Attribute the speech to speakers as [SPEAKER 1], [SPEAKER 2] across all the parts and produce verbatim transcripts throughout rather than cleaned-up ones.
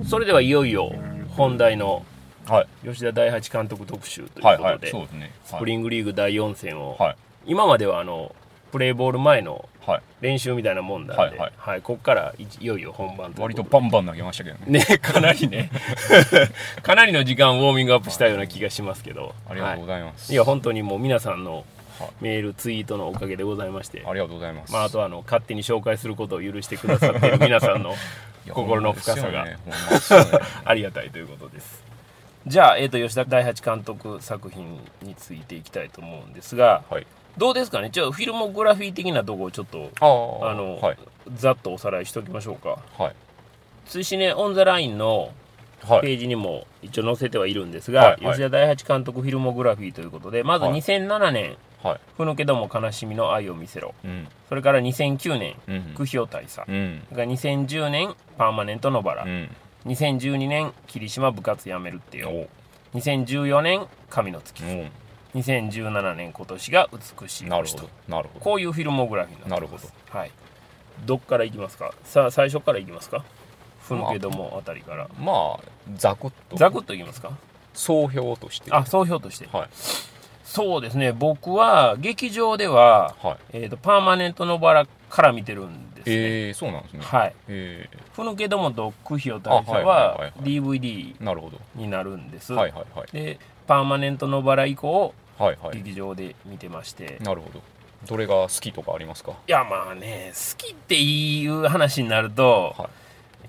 [SPEAKER 1] それではいよいよ本題の
[SPEAKER 2] はい、
[SPEAKER 1] 吉田大八監督特集ということで、
[SPEAKER 2] はいはい、そうですね、はい、
[SPEAKER 1] スプリングリーグだいよん戦を、
[SPEAKER 2] はい、
[SPEAKER 1] 今まではあのプレーボール前の
[SPEAKER 2] はい、
[SPEAKER 1] 練習みたいなもんなんで、はいはいはい、ここからいよいよ本番と
[SPEAKER 2] 割とバンバン投げましたけどね。
[SPEAKER 1] ね、かなりねかなりの時間ウォーミングアップしたような気がしますけど、
[SPEAKER 2] ありがとうございます。
[SPEAKER 1] はい、いや本当にもう皆さんのメールツイートのおかげでございまして、
[SPEAKER 2] ありがとうございます。
[SPEAKER 1] まあ、あとはあの勝手に紹介することを許してくださっている皆さんの心の深さが、ね、ありがたいということです。じゃあ、えー、と吉田大八監督作品についていきたいと思うんですが、はい、どうですかね。ちょっとフィルモグラフィー的なところをちょっとああの、はい、ざっとおさらいしておきましょうか。はい、追試ねオンザラインのページにも一応載せてはいるんですが、はいはい、吉田大八監督フィルモグラフィーということで、まずにせんななねん、はい、ふぬけども悲しみの愛を見せろ、うん、それからにせんきゅうねん、うん、苦評大佐、うん、それからにせんじゅうねんパーマネント野原、うん、にせんじゅうにねん霧島部活やめるってよ、にせんじゅうよねん神の月、うん、にせんじゅうななねん今年が美しい星と、なるほど、こういうフィルモグラフィーになってます。なるほど、はい、どっからいきますか。さあ最初からいきますか。ふぬけどもあたりから、
[SPEAKER 2] まあ、まあ、ざくっと
[SPEAKER 1] ざくっといきますか。
[SPEAKER 2] 総評として。
[SPEAKER 1] あ、総評として、はい、そうですね。僕は劇場では、はい、えーと、パーマネント野原から見てるんですね。
[SPEAKER 2] えー、そうなんですね。
[SPEAKER 1] はい。えー、ふぬけどもと苦評大佐は ディーブイディー になるんです。はいはいはい、でパーマネント野原以降、はいはい、劇場で見てまして。
[SPEAKER 2] なるほど。どれが好きとかありますか。
[SPEAKER 1] いやまあね、好きっていう話になると、はい、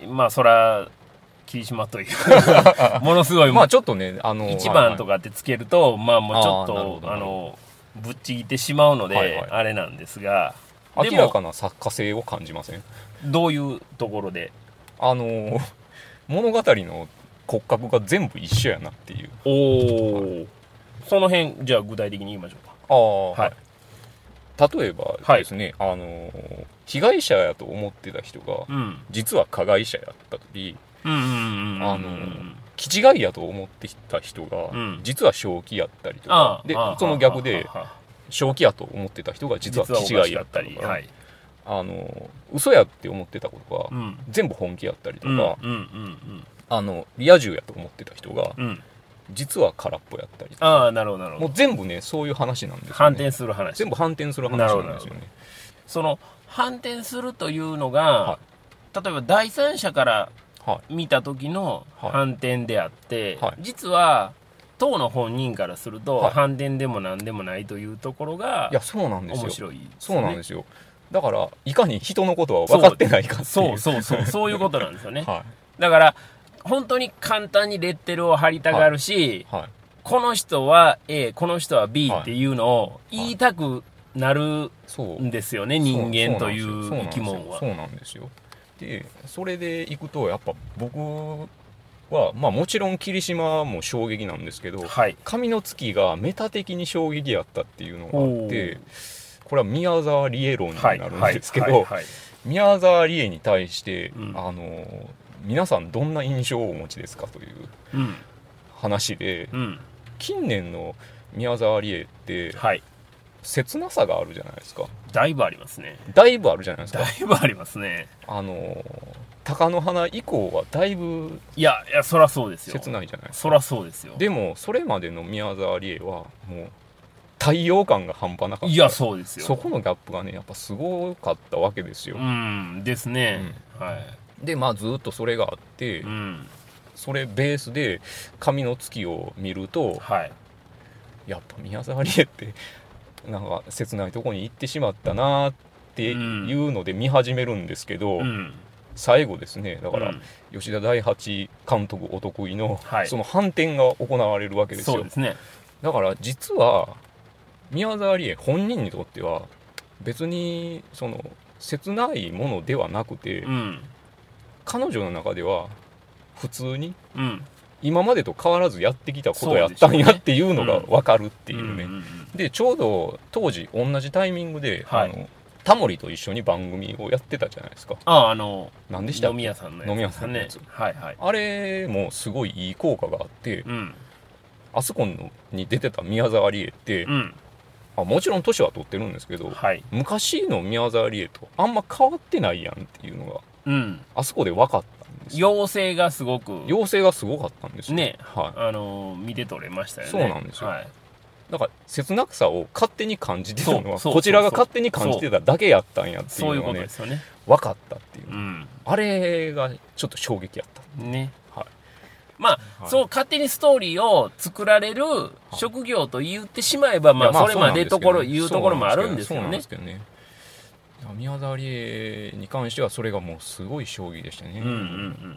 [SPEAKER 1] まあそら霧島というものすごい
[SPEAKER 2] まあちょっとね、あの
[SPEAKER 1] いちばんとかってつけると、はい、まあもうちょっと あ, あのぶっちぎってしまうので、はいはい、あれなんですが、
[SPEAKER 2] 明らかな作家性を感じません。
[SPEAKER 1] どういうところで。
[SPEAKER 2] あの物語の骨格が全部一緒やなっていう。
[SPEAKER 1] おお、はい、その辺じゃあ具体的に言いましょうか。
[SPEAKER 2] ああ、はい、例えばですね、はい、あの被害者やと思ってた人が、うん、実は加害者やったり、あの気違いやと思ってた人が、うん、実は正気やったりとかで、その逆で正気やと思ってた人が実は気違いやったりとか、はい、あの嘘やって思ってたことが、うん、全部本気やったりとか、あのリア充やと思ってた人が、うん、実は空っぽやったりとか。
[SPEAKER 1] ああ、なるほどなるほど。
[SPEAKER 2] もう全部ね、そういう話なんですよね。
[SPEAKER 1] 反転する話。
[SPEAKER 2] 全部反転する話なんですよね。
[SPEAKER 1] その反転するというのが、はい、例えば第三者から見た時の反転であって、はいはい、実は当の本人からすると、はい、反転でも何でもないというところが、
[SPEAKER 2] いや、そうなんですよ。
[SPEAKER 1] 面白いですね。
[SPEAKER 2] そうなんですよ。だからいかに人のことは分かってないかっていう。
[SPEAKER 1] そうそうそう、そういうことなんですよね。はい、だから本当に簡単にレッテルを貼りたがるし、はいはい、この人は A、この人は B っていうのを言いたくなるんですよね、はい、人間という生き物は。
[SPEAKER 2] そうなんですよ。でそれでいくとやっぱ僕は、まあ、もちろん霧島も衝撃なんですけど、はい、神の月がメタ的に衝撃やったっていうのがあって、これは宮沢りえ論になるんですけど、宮沢りえに対して、うん、あの皆さんどんな印象をお持ちですかという話で、うん、近年の宮沢りえって、はい、切なさがあるじゃないですか。
[SPEAKER 1] だいぶありますね。
[SPEAKER 2] だいぶあるじゃないですか。
[SPEAKER 1] だいぶありますね。
[SPEAKER 2] あの貴乃花以降はだいぶ
[SPEAKER 1] いやいや、そらそうですよ。
[SPEAKER 2] 切ないじゃないですか。
[SPEAKER 1] そらそうですよ。
[SPEAKER 2] でもそれまでの宮沢りえはもう太陽感が半端なかった。
[SPEAKER 1] いや、そうですよ。
[SPEAKER 2] そこのギャップがね、やっぱすごかったわけですよ。
[SPEAKER 1] うんですね、うん、はい。
[SPEAKER 2] でまあずっとそれがあって、うん、それベースで神の月を見ると、はい、やっぱ宮沢りえってなんか切ないとこに行ってしまったなっていうので見始めるんですけど、うん、最後ですね、だから、うん、吉田大八監督お得意の、はい、その反転が行われるわけですよ。
[SPEAKER 1] そうですね。
[SPEAKER 2] だから実は宮沢りえ本人にとっては別にその切ないものではなくて、うん、彼女の中では普通に、うん、今までと変わらずやってきたことやったんやっていうのが分かるっていうね。でちょうど当時同じタイミングで、はい、あのタモリと一緒に番組をやってたじゃないですか。
[SPEAKER 1] ああ、あの
[SPEAKER 2] 何でしたっけ。
[SPEAKER 1] 飲み屋さんのやつ、
[SPEAKER 2] 飲み屋さんのやつ、
[SPEAKER 1] はいはい、
[SPEAKER 2] あれもすごいいい効果があって、うん、あそこのに出てた宮沢りえって、うん、あもちろん年は取ってるんですけど、はい、昔の宮沢りえとあんま変わってないやんっていうのが、うん、あそこで分かったんですよ。
[SPEAKER 1] 妖精がすごく
[SPEAKER 2] 妖精がすごかったんですよ
[SPEAKER 1] ね、
[SPEAKER 2] はい、
[SPEAKER 1] あの見て取れましたよね。
[SPEAKER 2] そうなんですよ、
[SPEAKER 1] はい、
[SPEAKER 2] だから切なさを勝手に感じてたのはこちらが勝手に感じてただけやったんやっていうのがね分かったっていう、うん、あれがちょっと衝撃やった
[SPEAKER 1] ね。
[SPEAKER 2] はい、
[SPEAKER 1] まあ、はい、そう勝手にストーリーを作られる職業と言ってしまえば、まあそれまでところ言うところもあるんですよね。そうなんですけどね。
[SPEAKER 2] 宮沢りえに関してはそれがもうすごい衝撃でしたね。
[SPEAKER 1] うんうんうん、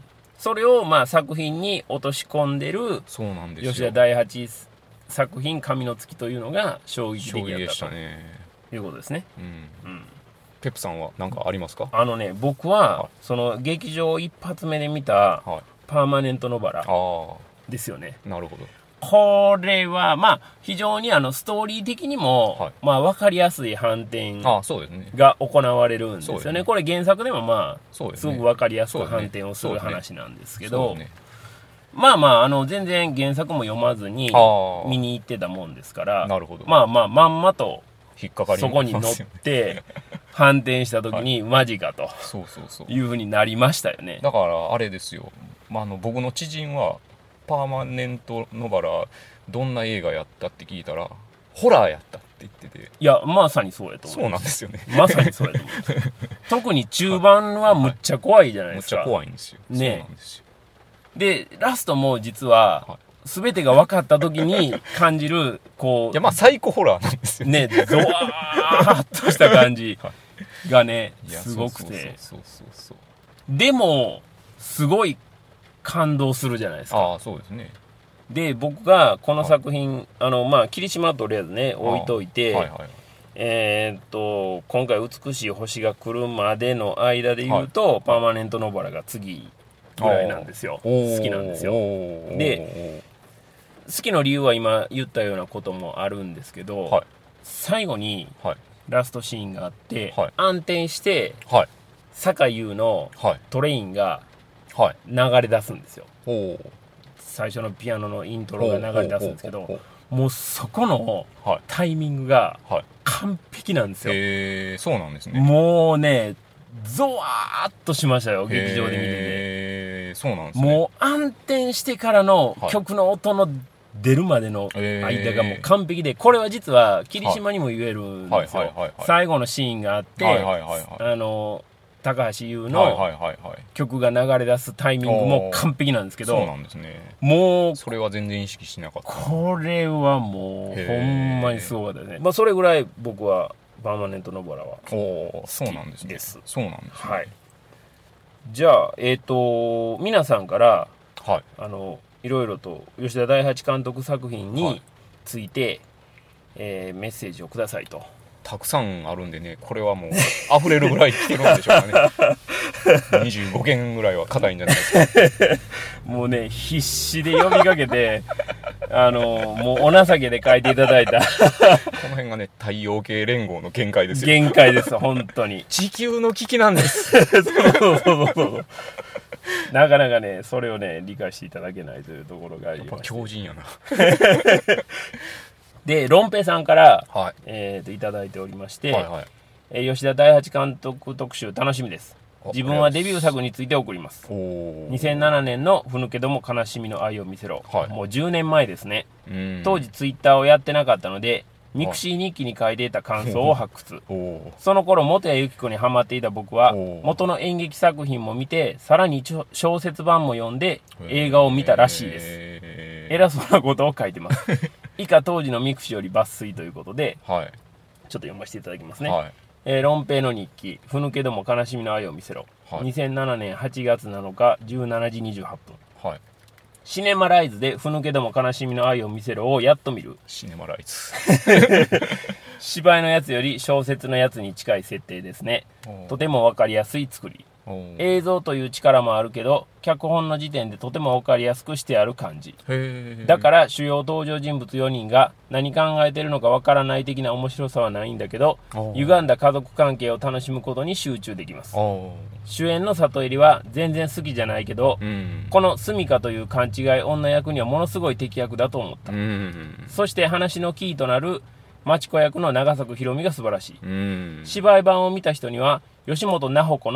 [SPEAKER 1] それをまあ作品に落とし込んでる
[SPEAKER 2] そうなんですよ
[SPEAKER 1] 吉田大八作品「神の月」というのが衝撃的だった
[SPEAKER 2] でしたね
[SPEAKER 1] ということですね。
[SPEAKER 2] うんうん、ペップさんは何かありますか？
[SPEAKER 1] あのね、僕は、はい、その劇場一発目で見たパーマネント野原ですよね。
[SPEAKER 2] なるほど。
[SPEAKER 1] これはまあ非常にあのストーリー的にも、はい、まあ分かりやすい反転が行われるんですよ ね, すねこれ原作でもまあ す,、ね、すごく分かりやすく反転をする話なんですけど、ねね、まあまああの全然原作も読まずに見に行ってたもんですから、
[SPEAKER 2] なるほど。
[SPEAKER 1] まあまあまんまと
[SPEAKER 2] 引っかかり
[SPEAKER 1] そこに乗って反転した時にマジかというふうになりましたよね。
[SPEAKER 2] だからあれですよ、まあ、あの僕の知人はパーマネント野原どんな映画やったって聞いたらホラーやったって言ってて、
[SPEAKER 1] いやまさにそうやと思う。
[SPEAKER 2] そうなんですよね。
[SPEAKER 1] まさにそうやと思う特に中盤はむっちゃ怖いじゃないですか。
[SPEAKER 2] むっちゃ怖いんですよね。そうなんですよ。
[SPEAKER 1] でラストも実は、はい、全てが分かった時に感じるこう
[SPEAKER 2] いやまあサイコホラーなんですよ
[SPEAKER 1] ね。ゾワーっとした感じがね、はい、すごくて、でもすごい感動するじゃないですか。
[SPEAKER 2] ああそうですね。
[SPEAKER 1] で僕がこの作品、はい、あのまあ霧島とりあえずね置いといて、はいはい、えー、っと今回美しい星が来るまでの間で言うと、はい、パーマネント野原が次ぐらいなんですよ。好きなんですよ。で好きの理由は今言ったようなこともあるんですけど、はい、最後にラストシーンがあって、はい、暗転して、はい、坂井優のトレインが流れ出すんですよ。最初のピアノのイントロが流れ出すんですけど、もうそこのタイミングが完璧なんですよ。
[SPEAKER 2] へー、そうなんですね。
[SPEAKER 1] もうねゾワーッとしましたよ、劇場で見てて。
[SPEAKER 2] へー、そうなんですね。
[SPEAKER 1] もう暗転してからの曲の音の出るまでの間がもう完璧で、これは実は霧島にも言えるんですよ。最後のシーンがあって、あの高橋優の曲が流れ出すタイミングも完璧なんですけど、
[SPEAKER 2] そうなんですね。
[SPEAKER 1] もう
[SPEAKER 2] それは全然意識しなかった。
[SPEAKER 1] これはもうほんまにすごかったですね。まあそれぐらい僕はパーマネント野原は好きです。
[SPEAKER 2] そうなんですね。
[SPEAKER 1] はい。じゃあえっと皆さんから、はい、あのいろいろと吉田大八監督作品について、はい、えー、メッセージをくださいと。
[SPEAKER 2] たくさんあるんでね、これはもう溢れるぐらい来てるんでしょうかね。にじゅうごけんぐらいは硬いんじゃないですか。
[SPEAKER 1] もうね必死で呼びかけてあのもうお情けで書いていただいたこ
[SPEAKER 2] の辺がね太陽系連合の限界ですよ。
[SPEAKER 1] 限界です本当に。
[SPEAKER 2] 地球の危機なんです。
[SPEAKER 1] そうそうそうそうなかなかねそれをね理解していただけないというところがありまして、やっぱ強
[SPEAKER 2] 靭やな。
[SPEAKER 1] でロンペさんから、はい、えー、といただいておりまして、はいはい、えー、吉田大八監督特集楽しみです。自分はデビュー作について送ります。にせんななねんのふぬけども悲しみの愛を見せろ、はい、もうじゅうねんまえですね。当時ツイッターをやってなかったのでミクシー日記に書いていた感想を発掘。その頃元谷由紀子にハマっていた僕は元の演劇作品も見て、さらに小説版も読んで映画を見たらしいです。偉そうなことを書いてます。以下当時のミクシーより抜粋ということで、はい、ちょっと読ませていただきますね。はい、えー、ロンペイの日記、ふぬけども悲しみの愛を見せろ、はい、にせんななねんはちがつなのかじゅうしちじにじゅうはっぷん、はい、シネマライズでふぬけども悲しみの愛を見せろをやっと見る。
[SPEAKER 2] シネマライズ
[SPEAKER 1] 芝居のやつより小説のやつに近い設定ですね。とても分かりやすい作り。映像という力もあるけど脚本の時点でとても分かりやすくしてある感じだから、主要登場人物よにんが何考えてるのか分からない的な面白さはないんだけど、歪んだ家族関係を楽しむことに集中できます。主演の里入は全然好きじゃないけど、うん、このスミカという勘違い女役にはものすごい適役だと思った、うん、そして話のキーとなる町子役の長作ひろみが素晴らしい、うん、芝居版を見た人には吉本奈穂子の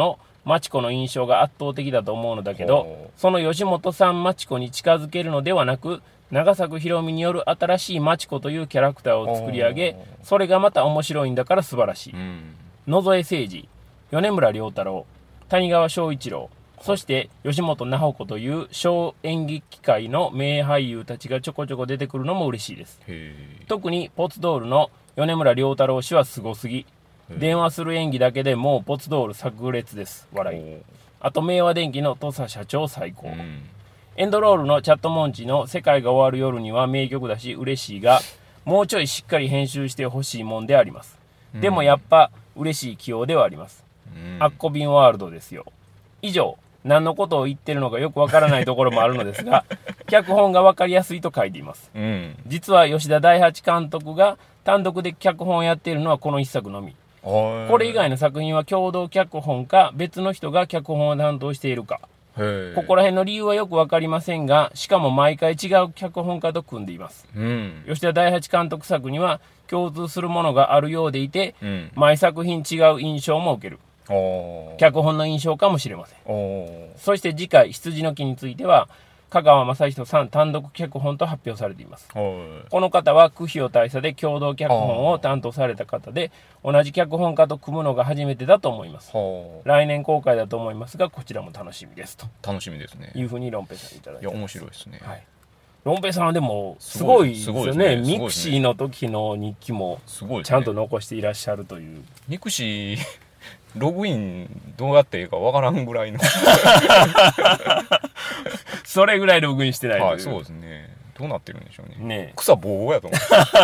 [SPEAKER 1] マチコの印象が圧倒的だと思うのだけど、その吉本さんマチコに近づけるのではなく、長作ひろみによる新しいマチコというキャラクターを作り上げ、それがまた面白いんだから素晴らしい。うん、野添誠二、米村涼太郎、谷川翔一郎、そして吉本奈穂子という小演劇界の名俳優たちがちょこちょこ出てくるのも嬉しいです。特にポツドールの米村涼太郎氏はすごすぎ。電話する演技だけでもうポツドール炸裂です。笑い。あと明和電機の土佐社長最高。うん、エンドロールのチャットモンチの世界が終わる夜には名曲だし嬉しいが、もうちょいしっかり編集してほしいもんであります。うん、でもやっぱ嬉しい起用ではあります。うん、アッコビンワールドですよ。以上、何のことを言ってるのかよくわからないところもあるのですが、脚本がわかりやすいと書いています。うん、実は吉田大八監督が単独で脚本をやっているのはこの一作のみ。これ以外の作品は共同脚本か別の人が脚本を担当しているか、ここら辺の理由はよくわかりませんが、しかも毎回違う脚本家と組んでいます。うん、吉田大八監督作には共通するものがあるようでいて、うん、毎作品違う印象も受ける。脚本の印象かもしれません。そして次回羊の木については香川雅人さん単独脚本と発表されています。この方はクヒオ大佐で共同脚本を担当された方で、同じ脚本家と組むのが初めてだと思います。来年公開だと思いますが、こちらも楽しみですと。
[SPEAKER 2] 楽しみですね。
[SPEAKER 1] いうふうにロンペさんにいただいてます。
[SPEAKER 2] いや面白いですね。はい、
[SPEAKER 1] ロンペさんはでもすごいですよね。ミクシーの時の日記もちゃんと残していらっしゃるという。
[SPEAKER 2] ミクシーログインどうやっていいかわからんぐらいの
[SPEAKER 1] それぐらいログインしてないという。
[SPEAKER 2] はい、そうですね。どうなってるんでしょうね。
[SPEAKER 1] ねえ、
[SPEAKER 2] 草ぼうぼうやと思う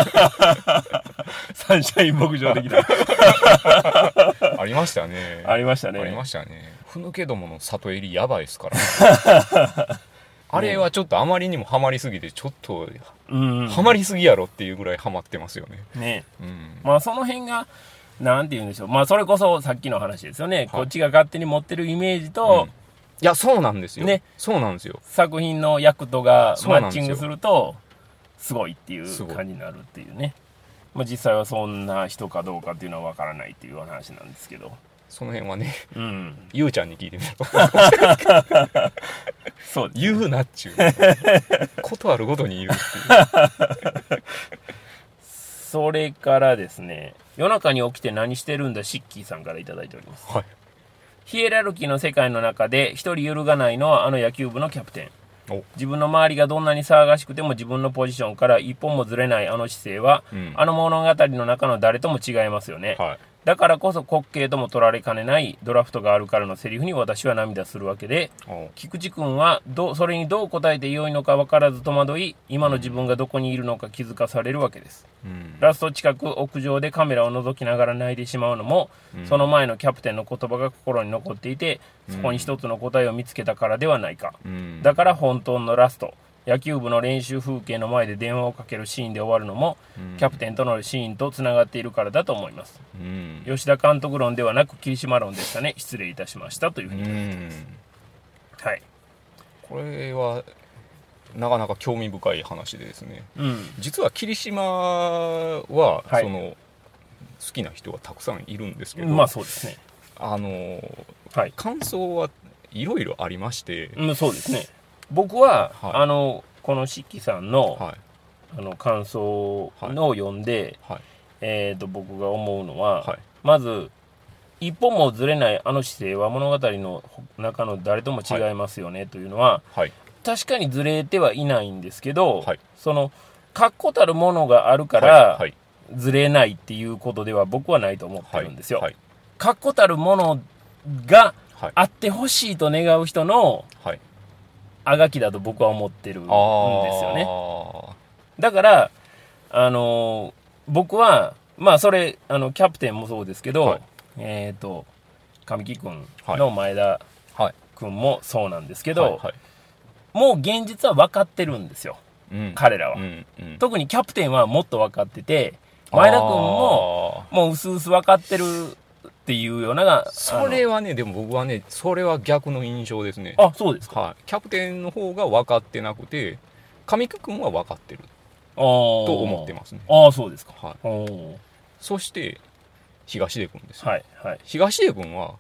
[SPEAKER 1] サンシャイン牧場的な
[SPEAKER 2] ありましたね。
[SPEAKER 1] ありましたね。
[SPEAKER 2] ありましたね。ふぬけどもの里入りやばいですからあれはちょっとあまりにもハマりすぎて、ちょっと、うん、ハマりすぎやろっていうぐらいハマってますよね。
[SPEAKER 1] ねえ、うん、まあその辺がなんて言うんでしょう。まあそれこそさっきの話ですよね。はい、こっちが勝手に持ってるイメージと、うん、
[SPEAKER 2] いやそうなんですよ。ね、そうなんですよ。
[SPEAKER 1] 作品の役とがマッチングするとすごいっていう感じになるっていうね。まあ実際はそんな人かどうかっていうのはわからないっていう話なんですけど。
[SPEAKER 2] その辺はね、うん、ゆうちゃんに聞いてみるとそうです、ね、言うなっちゅうことあるごとに言うっていう
[SPEAKER 1] それからですね、夜中に起きて何してるんだシッキーさんからいただいております。はい、ヒエラルキーの世界の中で一人揺るがないのはあの野球部のキャプテン。自分の周りがどんなに騒がしくても自分のポジションから一本もずれないあの姿勢は、うん、あの物語の中の誰とも違いますよね。はい、だからこそ滑稽とも取られかねないドラフトがあるからのセリフに私は涙するわけで、菊池君はどそれにどう答えてよいのか分からず戸惑い、今の自分がどこにいるのか気づかされるわけです。うん、ラスト近く屋上でカメラを覗きながら泣いてしまうのも、うん、その前のキャプテンの言葉が心に残っていて、そこに一つの答えを見つけたからではないか。うん、だから本当のラスト、野球部の練習風景の前で電話をかけるシーンで終わるのも、うん、キャプテンとのシーンとつながっているからだと思います。うん、吉田監督論ではなく霧島論でしたね。失礼いたしましたというふうに、うん、はい、
[SPEAKER 2] これはなかなか興味深い話でですね、うん、実は霧島は、はい、その好きな人がたくさんいるんですけど、
[SPEAKER 1] まあそうですね、
[SPEAKER 2] あの、はい、感想はいろいろありまして、
[SPEAKER 1] うん、そうですね。僕は、はい、あのこのシッキさんの、はい、あの感想を読んで、はい、えー、と僕が思うのは、はい、まず一歩もずれないあの姿勢は物語の中の誰とも違いますよね、はい、というのは、はい、確かにずれてはいないんですけど、はい、その確固たるものがあるから、はいはい、ずれないっていうことでは僕はないと思ってるんですよ。はいはい、確固たるものがあってほしいと願う人の、はい、あがきだと僕は思ってるんですよね。だからあのー、僕はまあそれあのキャプテンもそうですけど、はい、えっ、ー、と神木君の前田君もそうなんですけど、はいはいはい、もう現実は分かってるんですよ、うん、彼らは、うんうん、特にキャプテンはもっと分かってて、前田君ももううすうす分かってるっていうような。
[SPEAKER 2] それはね、でも僕はね、それは逆の印象ですね。
[SPEAKER 1] あ、そうですか。
[SPEAKER 2] はい、キャプテンの方が分かってなくて、神木君は分かってると思ってますね。
[SPEAKER 1] ああ、そうですか。
[SPEAKER 2] はい、そして東出君ですよ。
[SPEAKER 1] はいはい、
[SPEAKER 2] 東出君は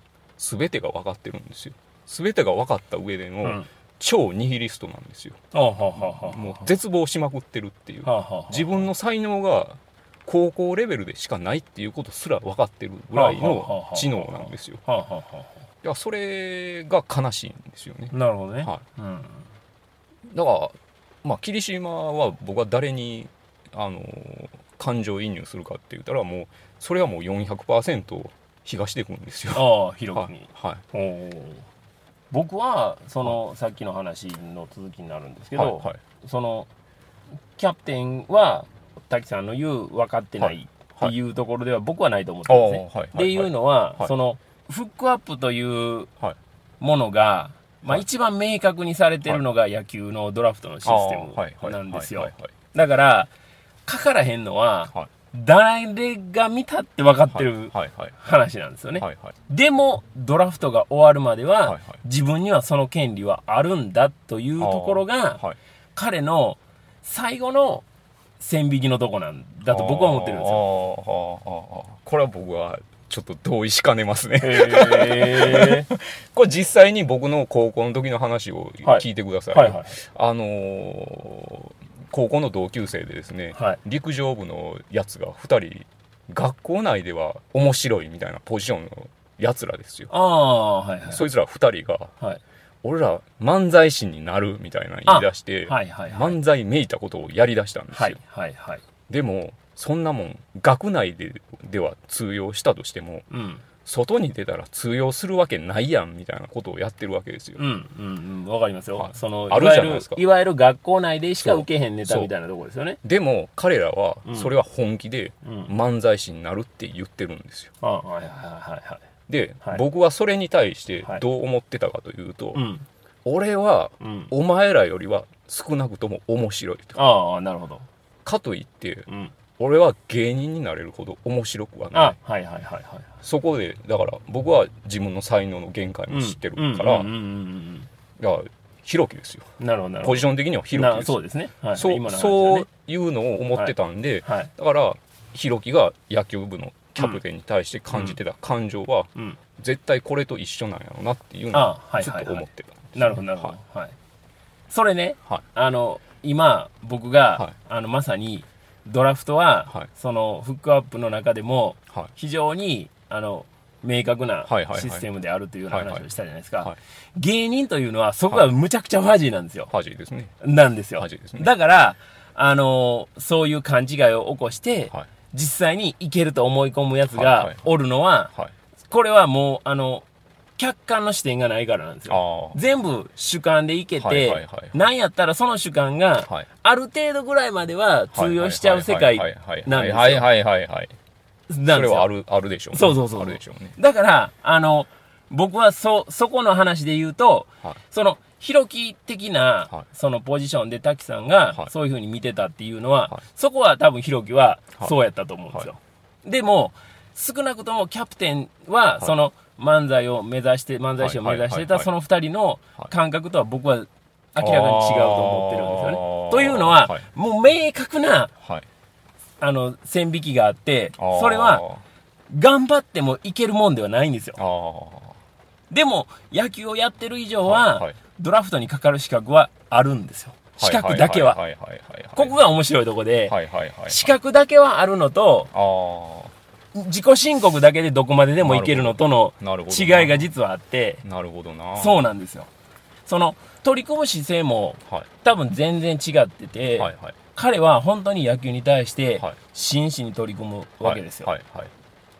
[SPEAKER 2] 全てが分かってるんですよ。全てが分かった上での、うん、超ニヒリストなんですよ。もう絶望しまくってるっていう、はあはあ、自分の才能が高校レベルでしかないっていうことすら分かってるぐらいの知能なんですよ。いやそれが悲しいんですよね。
[SPEAKER 1] なるほどね、
[SPEAKER 2] はい、うん、だからまあ霧島は僕は誰にあの感情移入するかって言ったらもうそれはもう よんひゃくパーセント 東出君ですよ。
[SPEAKER 1] ああ広くに、
[SPEAKER 2] はい、はい、
[SPEAKER 1] 僕はその、はい、さっきの話の続きになるんですけど、はいはい、そのキャプテンは滝さんの言う分かってないっていうところでは僕はないと思ってるんですね。はいはい、っていうのは、はい、そのフックアップというものが、はい、まあ、一番明確にされてるのが野球のドラフトのシステムなんですよ。だからかからへんのは、はい、誰が見たって分かってる話なんですよね。でもドラフトが終わるまでは、はいはい、自分にはその権利はあるんだというところが、はい、彼の最後の線引きのとこなんだと僕は思ってるんですよ。
[SPEAKER 2] これは僕はちょっと同意しかねますね。へこれ実際に僕の高校の時の話を聞いてください。はいはいはい、あのー、高校の同級生でですね、はい、陸上部のやつがふたり学校内では面白いみたいなポジションのやつらですよ。あ、はいはい、そいつらふたりが、はい、俺ら漫才師になるみたいな言い出して、はいはいはい、漫才めいたことをやりだしたんですよ。はいはいはい、でもそんなもん学内 で, では通用したとしても、うん、外に出たら通用するわけないやんみたいなことをやってるわけですよ。
[SPEAKER 1] うんうんうん、わかりますよ。はい、そのあるじゃないですか。いわゆる学校内でしか受けへんネタみたいなところですよね。
[SPEAKER 2] でも彼らはそれは本気で漫才師になるって言ってるんですよ。うんうん、はいはいはいはい。で、はい、僕はそれに対してどう思ってたかというと、はい、うん、俺はお前らよりは少なくとも面白いと。
[SPEAKER 1] ああ、なるほど。
[SPEAKER 2] かといって、うん、俺は芸人になれるほど面白くはない。あ、はいはいはいはい。そこでだから僕は自分の才能の限界も知ってるから、いやひろきですよ。なるほどなるほど。ポジション的にはひろきです。そうですね。はい、そう今の話はね、そういうのを思ってたんで、はいはい、だからひろきが野球部のキャプテンに対して感じてた感情は、うんうん、絶対これと一緒なんやろうなっていうのをずっと思ってた、ね。
[SPEAKER 1] なるほどなるほど。はいはい、それね、はい、あの今僕が、はい、あのまさにドラフトは、はい、そのフックアップの中でも非常にあの明確なシステムであるというような話をしたじゃないですか、はいはいはい、芸人というのはそこがむちゃくちゃファジーなんですよ。
[SPEAKER 2] ファジーですね。
[SPEAKER 1] なんですよ。ファジーですね。だからあのそういう勘違いを起こして、はい、実際にいけると思い込むやつがおるのは、はいはいはい、これはもうあの客観の視点がないからなんですよ。全部主観でいけて、はいはいはいはい、なんやったらその主観がある程度ぐらいまでは通用しちゃう世界なんですよ。はいはいはいはいはい。それはある、あるでしょうね。そうそうそう。あるでしょうね。だから、あの、僕はそ、そこの話で言うと、はい、その、ひろき的な、はい、そのポジションで滝さんがそういう風に見てたっていうのは、はい、そこは多分ひろきはそうやったと思うんですよ。はいはい、でも、少なくともキャプテンは、その、漫才を目指して、漫才師を目指してたその二人の感覚とは僕は明らかに違うと思ってるんですよね。というのは、はい、もう明確な、はい、あの、線引きがあって、それは、頑張ってもいけるもんではないんですよ。でも、野球をやってる以上は、はいはい、ドラフトにかかる資格はあるんですよ。資格だけは。ここが面白いとこで、資格だけはあるのと、自己申告だけでどこまででもいけるのとの違いが実はあって、
[SPEAKER 2] なるほどな。
[SPEAKER 1] そうなんですよ。その取り組む姿勢も、はい、多分全然違ってて、はいはい、彼は本当に野球に対して真摯に取り組むわけですよ。はいはいはい、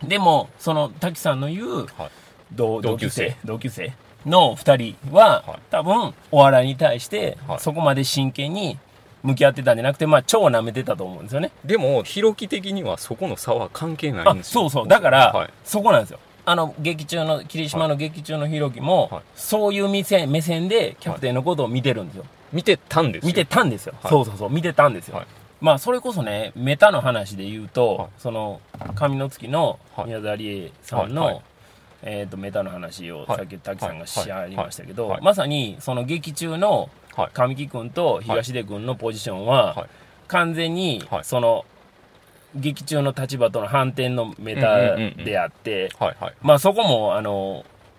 [SPEAKER 1] でもその滝さんの言う、はい、同, 同級生同級生のふたりは、はい、多分お笑いに対してそこまで真剣に向き合ってたんじゃなくて、まあ、超舐めてたと思うんですよね。
[SPEAKER 2] でも、ひろき的にはそこの差は関係ないんですよ。
[SPEAKER 1] あ、そうそう。だから、はい、そこなんですよ。あの、劇中の、霧島の劇中のひろきも、はい、そういう目線、目線でキャプテンのことを見てるんですよ。はい、
[SPEAKER 2] 見てたんですよ。
[SPEAKER 1] 見てたんですよ。はい、そうそうそう。見てたんですよ。はい、まあ、それこそね、メタの話で言うと、はい、その、神の月の宮沢りえさんの、はいはい、えっと、メタの話をさっき滝さんがしありましたけど、まさに、その劇中の、神木君と東出君のポジションは、はい、完全に、はい、その劇中の立場との反転のメタであって、まあそこもあの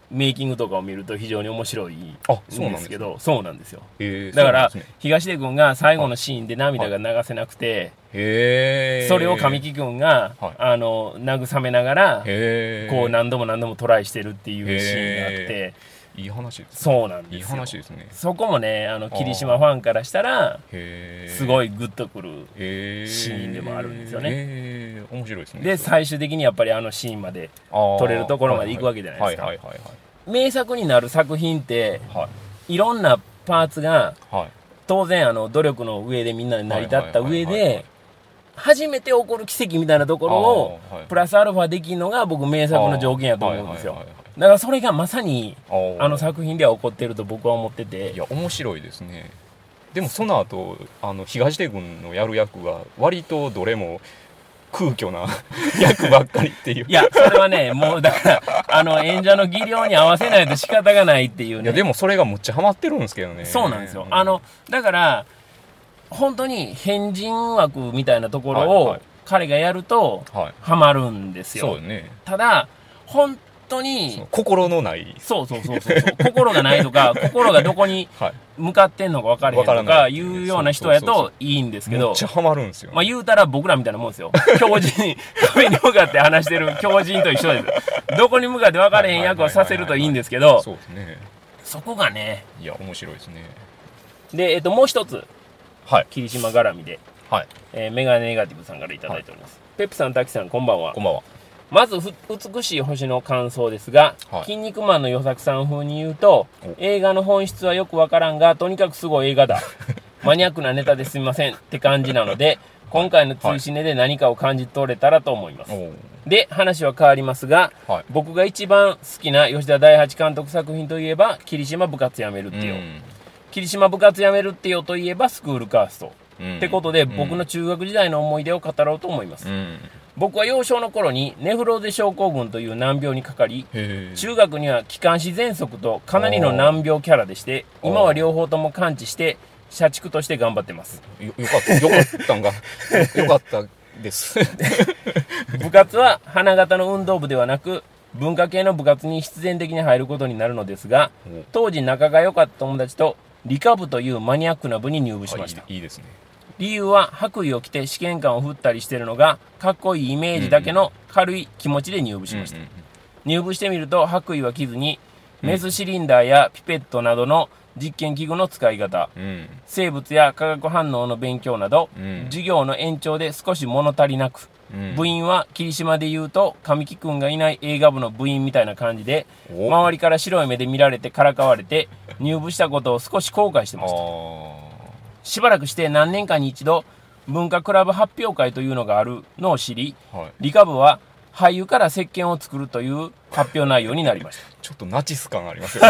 [SPEAKER 1] メイキングとかを見ると非常に面白いんですけど、そうなんですよ。
[SPEAKER 2] えー、
[SPEAKER 1] だから東出君が最後のシーンで涙が流せなくて、
[SPEAKER 2] へー、
[SPEAKER 1] それを神木君が、はい、あの慰めながらこう何度も何度もトライしてるっていうシーンがあって、
[SPEAKER 2] いい話ですね。
[SPEAKER 1] そうなんですよ。
[SPEAKER 2] いい話ですね。
[SPEAKER 1] そこもね、あの霧島ファンからしたらすごいグッとくるシーンでもあるんですよね。
[SPEAKER 2] へー、面白いですね。
[SPEAKER 1] で最終的にやっぱりあのシーンまで撮れるところまで行くわけじゃないですか。名作になる作品って、はい、いろんなパーツが、はい、当然あの努力の上でみんなで成り立った上で初めて起こる奇跡みたいなところをプラスアルファできるのが僕名作の条件やと思うんですよ。だからそれがまさにあの作品では起こってると僕は思ってて、
[SPEAKER 2] いや面白いですね。でもその後あの東出君のやる役が割とどれも空虚な役ばっかりっていう。
[SPEAKER 1] いやそれはねもうだからあの演者の技量に合わせないと仕方がないっていうね。
[SPEAKER 2] いやでもそれがむっちゃハマってるんですけどね。
[SPEAKER 1] そうなんですよ、うん、あのだから本当に変人枠みたいなところを彼がやるとハマるんですよ、はいはい、そうね。ただ本当に
[SPEAKER 2] 心のない、
[SPEAKER 1] そうそうそうそう心がないとか心がどこに向かってんのか分かれへんとかいうような人やといいんですけど、
[SPEAKER 2] めっちゃハマるんですよ。
[SPEAKER 1] まあ言うたら僕らみたいなもんですよ。強靭壁に向かって話してる強靭と一緒です。どこに向かって分かれへん役をさせるといいんですけど、そうですね。そこがね、
[SPEAKER 2] いや面白いですね。
[SPEAKER 1] でえっともう一つ、はい、霧島絡みで、はい、えー、メガネネガティブさんからいただいております。はい、ペップさん、タキさん、こんばんは。
[SPEAKER 2] こんばんは。
[SPEAKER 1] まず美しい星の感想ですが、はい、筋肉マンの与作さん風に言うと、映画の本質はよくわからんがとにかくすごい映画だマニアックなネタですみませんって感じなので、今回の追試ねで何かを感じ取れたらと思います。はい、で話は変わりますが、はい、僕が一番好きな吉田大八監督作品といえば霧島部活やめるってよ、うん、霧島部活やめるってよといえばスクールカースト、うん、ってことで、うん、僕の中学時代の思い出を語ろうと思います。うん、僕は幼少の頃にネフローゼ症候群という難病にかかり、中学には気管支喘息とかなりの難病キャラでして、今は両方とも完治して社畜として頑張ってます。
[SPEAKER 2] よ, よかったよかったんがよかったです
[SPEAKER 1] 部活は花形の運動部ではなく文化系の部活に必然的に入ることになるのですが、当時仲が良かった友達と理科部というマニアックな部に入部しました。
[SPEAKER 2] いいですね。
[SPEAKER 1] 理由は白衣を着て試験官を振ったりしてるのがかっこいいイメージだけの軽い気持ちで入部しました。入部してみると白衣は着ずにメスシリンダーやピペットなどの実験器具の使い方、うん、生物や化学反応の勉強など、うん、授業の延長で少し物足りなく、うん、部員は霧島でいうと神木くんがいない映画部の部員みたいな感じで周りから白い目で見られてからかわれて入部したことを少し後悔してました。しばらくして何年かに一度文化クラブ発表会というのがあるのを知り、はい、理科部は俳優から石鹸を作るという発表内容になりました。
[SPEAKER 2] ちょっとナチス感ありますよね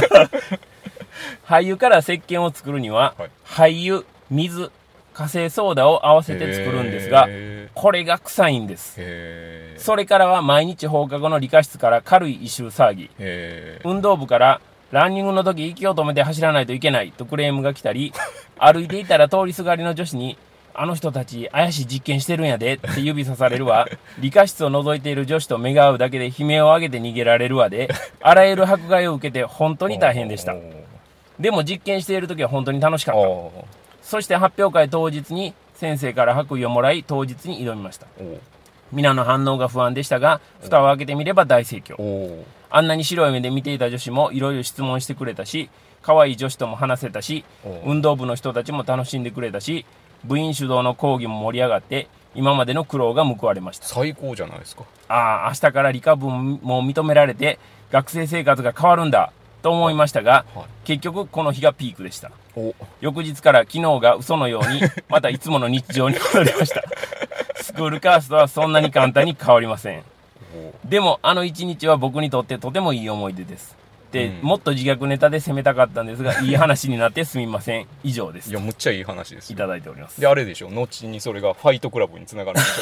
[SPEAKER 1] 俳優から石鹸を作るには、はい、俳優、水、火星ソーダを合わせて作るんですが、これが臭いんです。それからは毎日放課後の理科室から軽い異臭騒ぎ、運動部からランニングの時息を止めて走らないといけないとクレームが来たり、歩いていたら通りすがりの女子にあの人たち怪しい実験してるんやでって指さされるわ、理科室を覗いている女子と目が合うだけで悲鳴を上げて逃げられるわで、あらゆる迫害を受けて本当に大変でした。でも実験している時は本当に楽しかった。そして発表会当日に先生から白衣をもらい当日に挑みました。皆の反応が不安でしたが蓋を開けてみれば大盛況。あんなに白い目で見ていた女子もいろいろ質問してくれたし、可愛い女子とも話せたし、運動部の人たちも楽しんでくれたし、部員主導の講義も盛り上がって今までの苦労が報われました。
[SPEAKER 2] 最高じゃないですか。
[SPEAKER 1] ああ、明日から理科部も認められて学生生活が変わるんだと思いましたが、はい、結局この日がピークでした。翌日から昨日が嘘のようにまたいつもの日常に戻りましたスクールカーストはそんなに簡単に変わりません。でもあの一日は僕にとってとてもいい思い出です。で、うん、もっと自虐ネタで攻めたかったんですがいい話になってすみません。以上です。
[SPEAKER 2] いやむっちゃいい話です。
[SPEAKER 1] いただいております。
[SPEAKER 2] であれでしょ、後にそれがファイトクラブにつながるんでし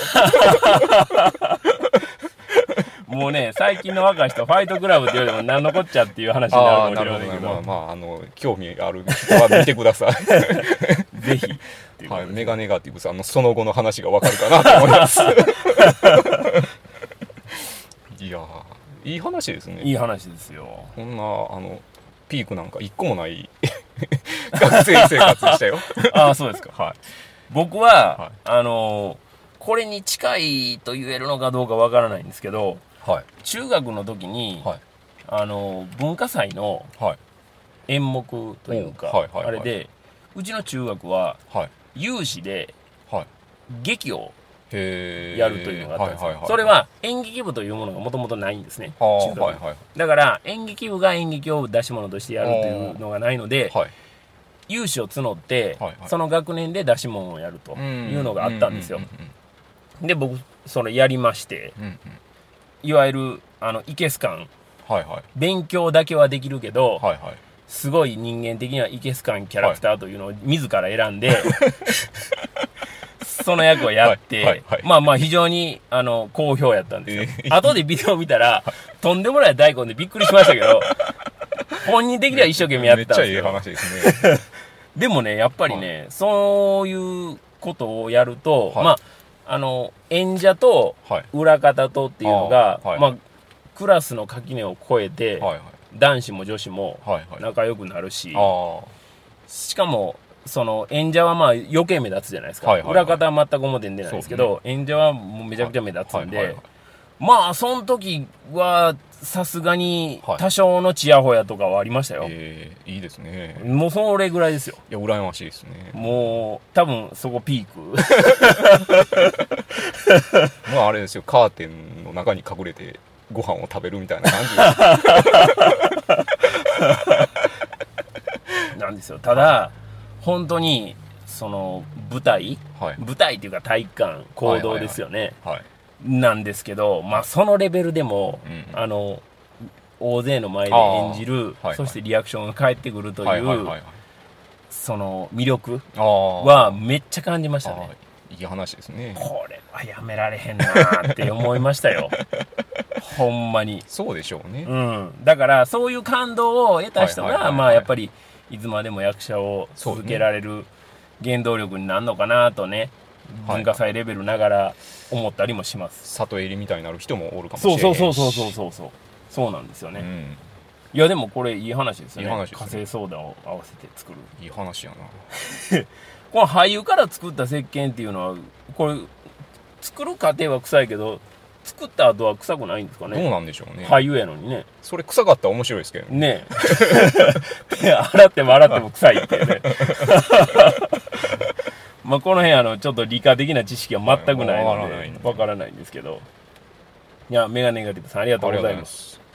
[SPEAKER 1] ょもうね、最近の若い人ファイトクラブっていうよりも何のこっちゃっていう話になるかもしれないけど、あ、
[SPEAKER 2] まあ、まあ、あの興味ある人は見てください
[SPEAKER 1] ぜひ、
[SPEAKER 2] はい、メガネガティブさんのその後の話が分かるかなと思いますいやいい話ですね。
[SPEAKER 1] いい話ですよ。
[SPEAKER 2] こんなあのピークなんか一個もない学生生活でしたよ。
[SPEAKER 1] ああ、そうですか。
[SPEAKER 2] はい。
[SPEAKER 1] 僕は、はい、あのこれに近いと言えるのかどうかわからないんですけど、はい、中学の時に、はい、あの文化祭の演目というか、はいはいはいはい、あれでうちの中学は、はい、有志で、はい、劇をやるというのがあったんですよ、はいはいはいはい、それは演劇部というものがもともとないんですね、中学、はいはい、だから演劇部が演劇を出し物としてやるというのがないので、はい、有志を募って、はいはい、その学年で出し物をやるというのがあったんですよ。で僕それやりまして、うんうん、いわゆるあのイケスカン、はいはい、勉強だけはできるけど、はいはい、すごい人間的にはイケスカンキャラクターというのを自ら選んで、はい、その役をやって、はいはいはい、まあまあ非常にあの好評やったんですよ、えー、後でビデオ見たらとんでもない大根でびっくりしましたけど本人的には一生懸命やってたんですよ。めっちゃいい話ですね。でもねやっぱりね、はい、そういうことをやると、はい、まああの演者と裏方とっていうのが、はいまあ、クラスの垣根を越えて、はいはい、男子も女子も仲良くなるし、はいはい、しかもその演者はまあ余計目立つじゃないですか、はいはいはい、裏方は全く表に出ないですけど、ね、演者はもうめちゃくちゃ目立つんで、はいはいはい、まあその時はさすがに多少のチヤホヤとかはありましたよ、はい、
[SPEAKER 2] えー、いいですね。
[SPEAKER 1] もうそれぐらいですよ。
[SPEAKER 2] いや羨ましいですね。
[SPEAKER 1] もう多分そこピーク
[SPEAKER 2] まああれですよ、カーテンの中に隠れてご飯を食べるみたいな感
[SPEAKER 1] じなんですよ。ただ、はい、本当にその舞台、はい、舞台っていうか体育館行動ですよね、はいはいはいはい、なんですけど、まあそのレベルでも、うん、あの大勢の前で演じる、はいはい、そしてリアクションが返ってくるという、はいはいはいはい、その魅力はめっちゃ感じましたね。
[SPEAKER 2] いい話ですね。
[SPEAKER 1] これはやめられへんなって思いましたよ。ほんまに。
[SPEAKER 2] そうでしょうね。
[SPEAKER 1] うん。だからそういう感動を得た人が、はいはいはいはい、まあやっぱりいつまでも役者を続けられる原動力になるのかなとね、文化祭レベルながら思ったりもします。
[SPEAKER 2] 里襟みたいになる人もおるかもしれないし。
[SPEAKER 1] そうそうそうそうそうそうそうなんですよね。うん、いやでもこれいい話ですよね。いい話ですね。火星ソーダを合わせて作る。
[SPEAKER 2] いい話やな。
[SPEAKER 1] この俳優から作った石鹸っていうのはこれ作る過程は臭いけど作った後は臭くないんですかね。
[SPEAKER 2] どうなんでしょうね。
[SPEAKER 1] 俳優やのにね。
[SPEAKER 2] それ臭かったら面白いですけど
[SPEAKER 1] ね。ね洗っても洗っても臭いってね。まあこの辺あのちょっと理科的な知識は全くないのでわからないんですけど。いやメガネガティブさんありがとうございます。